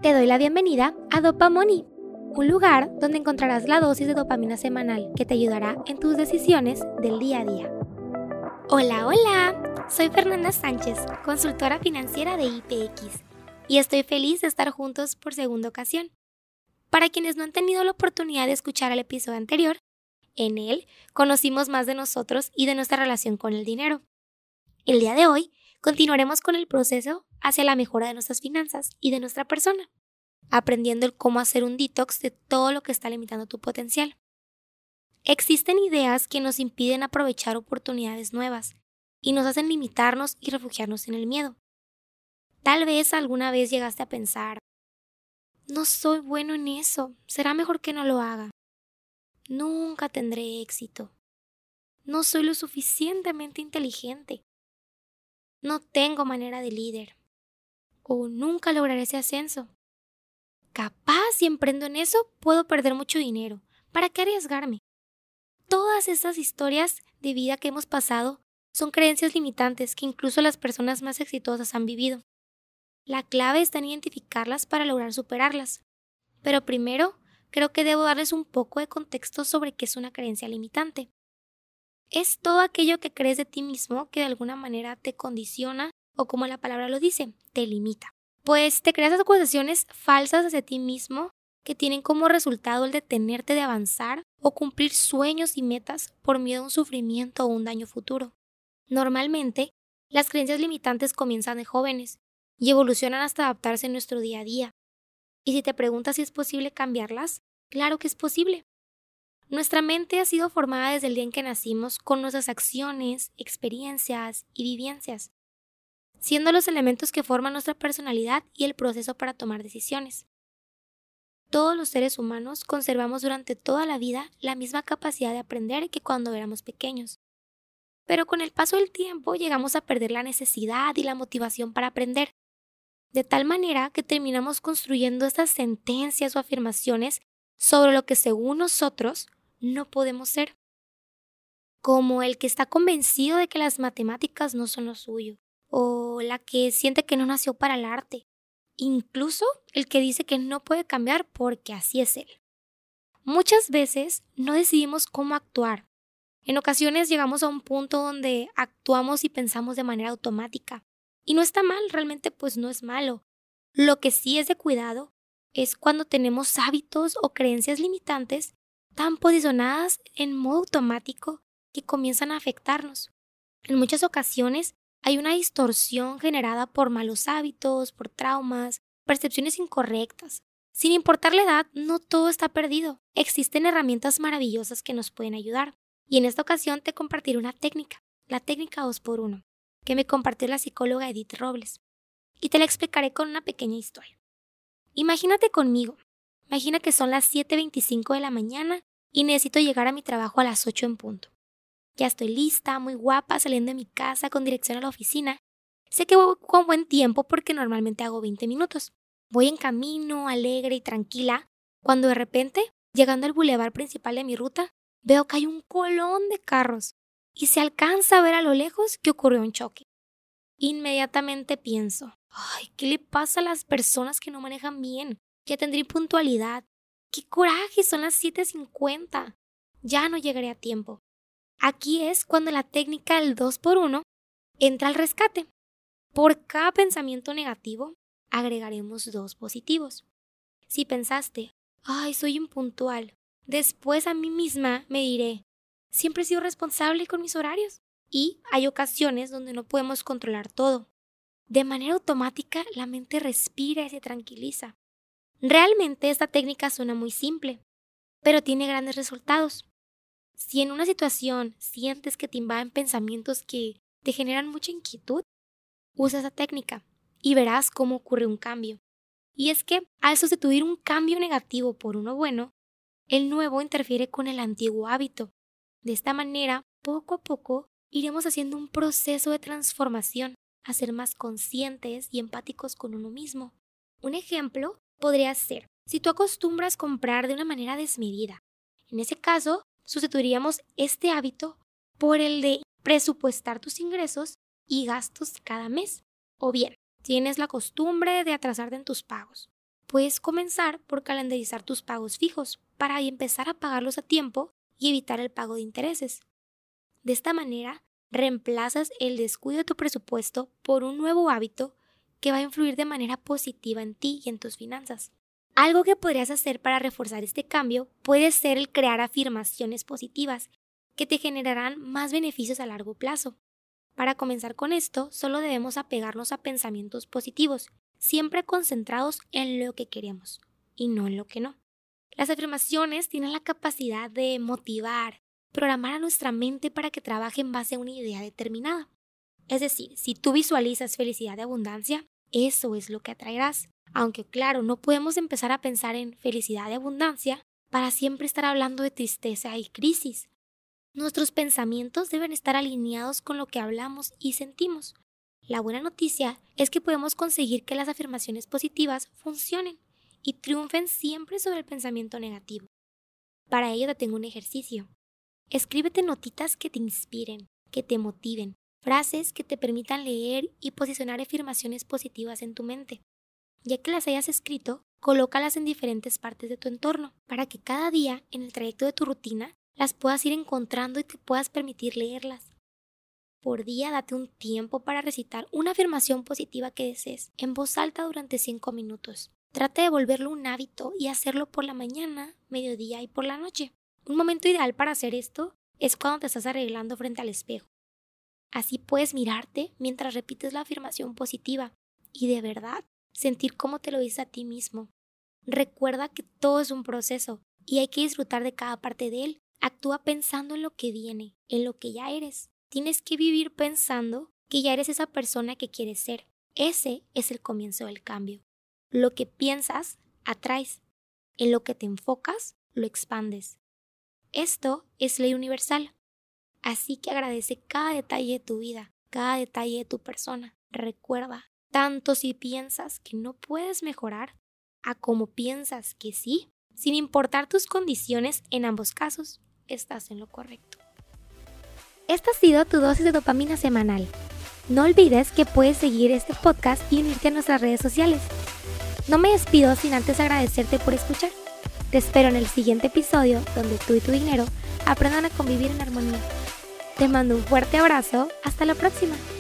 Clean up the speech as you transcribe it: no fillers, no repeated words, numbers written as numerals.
Te doy la bienvenida a Dopamoni, un lugar donde encontrarás la dosis de dopamina semanal que te ayudará en tus decisiones del día a día. Hola, soy Fernanda Sánchez, consultora financiera de IPX, y estoy feliz de estar juntos por segunda ocasión. Para quienes no han tenido la oportunidad de escuchar el episodio anterior, en él conocimos más de nosotros y de nuestra relación con el dinero. El día de hoy continuaremos con el proceso hacia la mejora de nuestras finanzas y de nuestra persona, aprendiendo el cómo hacer un detox de todo lo que está limitando tu potencial. Existen ideas que nos impiden aprovechar oportunidades nuevas y nos hacen limitarnos y refugiarnos en el miedo. Tal vez alguna vez llegaste a pensar, no soy bueno en eso, será mejor que no lo haga. Nunca tendré éxito. No soy lo suficientemente inteligente. No tengo manera de líder. O nunca lograré ese ascenso. Capaz si emprendo en eso puedo perder mucho dinero. ¿Para qué arriesgarme? Todas estas historias de vida que hemos pasado son creencias limitantes que incluso las personas más exitosas han vivido. La clave está en identificarlas para lograr superarlas. Pero primero, creo que debo darles un poco de contexto sobre qué es una creencia limitante. Es todo aquello que crees de ti mismo que de alguna manera te condiciona o, como la palabra lo dice, te limita. Pues te creas acusaciones falsas hacia ti mismo que tienen como resultado el detenerte de avanzar o cumplir sueños y metas por miedo a un sufrimiento o un daño futuro. Normalmente, las creencias limitantes comienzan de jóvenes y evolucionan hasta adaptarse en nuestro día a día. Y si te preguntas si es posible cambiarlas, claro que es posible. Nuestra mente ha sido formada desde el día en que nacimos con nuestras acciones, experiencias y vivencias, siendo los elementos que forman nuestra personalidad y el proceso para tomar decisiones. Todos los seres humanos conservamos durante toda la vida la misma capacidad de aprender que cuando éramos pequeños. Pero con el paso del tiempo llegamos a perder la necesidad y la motivación para aprender, de tal manera que terminamos construyendo estas sentencias o afirmaciones sobre lo que según nosotros no podemos ser, como el que está convencido de que las matemáticas no son lo suyo, o la que siente que no nació para el arte, incluso el que dice que no puede cambiar porque así es él. Muchas veces no decidimos cómo actuar. En ocasiones llegamos a un punto donde actuamos y pensamos de manera automática. Y no está mal, realmente pues no es malo. Lo que sí es de cuidado es cuando tenemos hábitos o creencias limitantes tan posicionadas en modo automático que comienzan a afectarnos. En muchas ocasiones hay una distorsión generada por malos hábitos, por traumas, percepciones incorrectas. Sin importar la edad, no todo está perdido. Existen herramientas maravillosas que nos pueden ayudar. Y en esta ocasión te compartiré una técnica, la técnica 2x1, que me compartió la psicóloga Edith Robles. Y te la explicaré con una pequeña historia. Imagínate conmigo. Imagina que son las 7:25 de la mañana y necesito llegar a mi trabajo a las 8 en punto. Ya estoy lista, muy guapa, saliendo de mi casa con dirección a la oficina. Sé que voy con buen tiempo porque normalmente hago 20 minutos. Voy en camino, alegre y tranquila, cuando de repente, llegando al bulevar principal de mi ruta, veo que hay un colón de carros y se alcanza a ver a lo lejos que ocurrió un choque. Inmediatamente pienso, ay, ¿qué le pasa a las personas que no manejan bien? Ya tendré puntualidad. ¡Qué coraje! Son las 7:50. Ya no llegaré a tiempo. Aquí es cuando la técnica del 2x1 entra al rescate. Por cada pensamiento negativo, agregaremos 2 positivos. Si pensaste, ay, soy impuntual, después a mí misma me diré, siempre he sido responsable con mis horarios. Y hay ocasiones donde no podemos controlar todo. De manera automática, la mente respira y se tranquiliza. Realmente esta técnica suena muy simple, pero tiene grandes resultados. Si en una situación sientes que te invaden pensamientos que te generan mucha inquietud, usa esa técnica y verás cómo ocurre un cambio. Y es que al sustituir un cambio negativo por uno bueno, el nuevo interfiere con el antiguo hábito. De esta manera, poco a poco, iremos haciendo un proceso de transformación a ser más conscientes y empáticos con uno mismo. Un ejemplo podría ser, si tú acostumbras comprar de una manera desmedida. En ese caso, sustituiríamos este hábito por el de presupuestar tus ingresos y gastos cada mes. O bien, tienes la costumbre de atrasarte en tus pagos. Puedes comenzar por calendarizar tus pagos fijos para empezar a pagarlos a tiempo y evitar el pago de intereses. De esta manera, reemplazas el descuido de tu presupuesto por un nuevo hábito que va a influir de manera positiva en ti y en tus finanzas. Algo que podrías hacer para reforzar este cambio puede ser el crear afirmaciones positivas que te generarán más beneficios a largo plazo. Para comenzar con esto, solo debemos apegarnos a pensamientos positivos, siempre concentrados en lo que queremos y no en lo que no. Las afirmaciones tienen la capacidad de motivar, programar a nuestra mente para que trabaje en base a una idea determinada. Es decir, si tú visualizas felicidad y abundancia, eso es lo que atraerás. Aunque claro, no podemos empezar a pensar en felicidad y abundancia para siempre estar hablando de tristeza y crisis. Nuestros pensamientos deben estar alineados con lo que hablamos y sentimos. La buena noticia es que podemos conseguir que las afirmaciones positivas funcionen y triunfen siempre sobre el pensamiento negativo. Para ello te tengo un ejercicio. Escríbete notitas que te inspiren, que te motiven, frases que te permitan leer y posicionar afirmaciones positivas en tu mente. Ya que las hayas escrito, colócalas en diferentes partes de tu entorno para que cada día, en el trayecto de tu rutina, las puedas ir encontrando y te puedas permitir leerlas. Por día, date un tiempo para recitar una afirmación positiva que desees en voz alta durante 5 minutos. Trata de volverlo un hábito y hacerlo por la mañana, mediodía y por la noche. Un momento ideal para hacer esto es cuando te estás arreglando frente al espejo. Así puedes mirarte mientras repites la afirmación positiva y de verdad sentir cómo te lo dices a ti mismo. Recuerda que todo es un proceso y hay que disfrutar de cada parte de él. Actúa pensando en lo que viene, en lo que ya eres. Tienes que vivir pensando que ya eres esa persona que quieres ser. Ese es el comienzo del cambio. Lo que piensas, atraes. En lo que te enfocas, lo expandes. Esto es ley universal. Así que agradece cada detalle de tu vida, cada detalle de tu persona. Recuerda, tanto si piensas que no puedes mejorar, a como piensas que sí, sin importar tus condiciones, en ambos casos, estás en lo correcto. Esta ha sido tu dosis de dopamina semanal. No olvides que puedes seguir este podcast y unirte a nuestras redes sociales. No me despido sin antes agradecerte por escuchar. Te espero en el siguiente episodio donde tú y tu dinero aprendan a convivir en armonía. Te mando un fuerte abrazo. Hasta la próxima.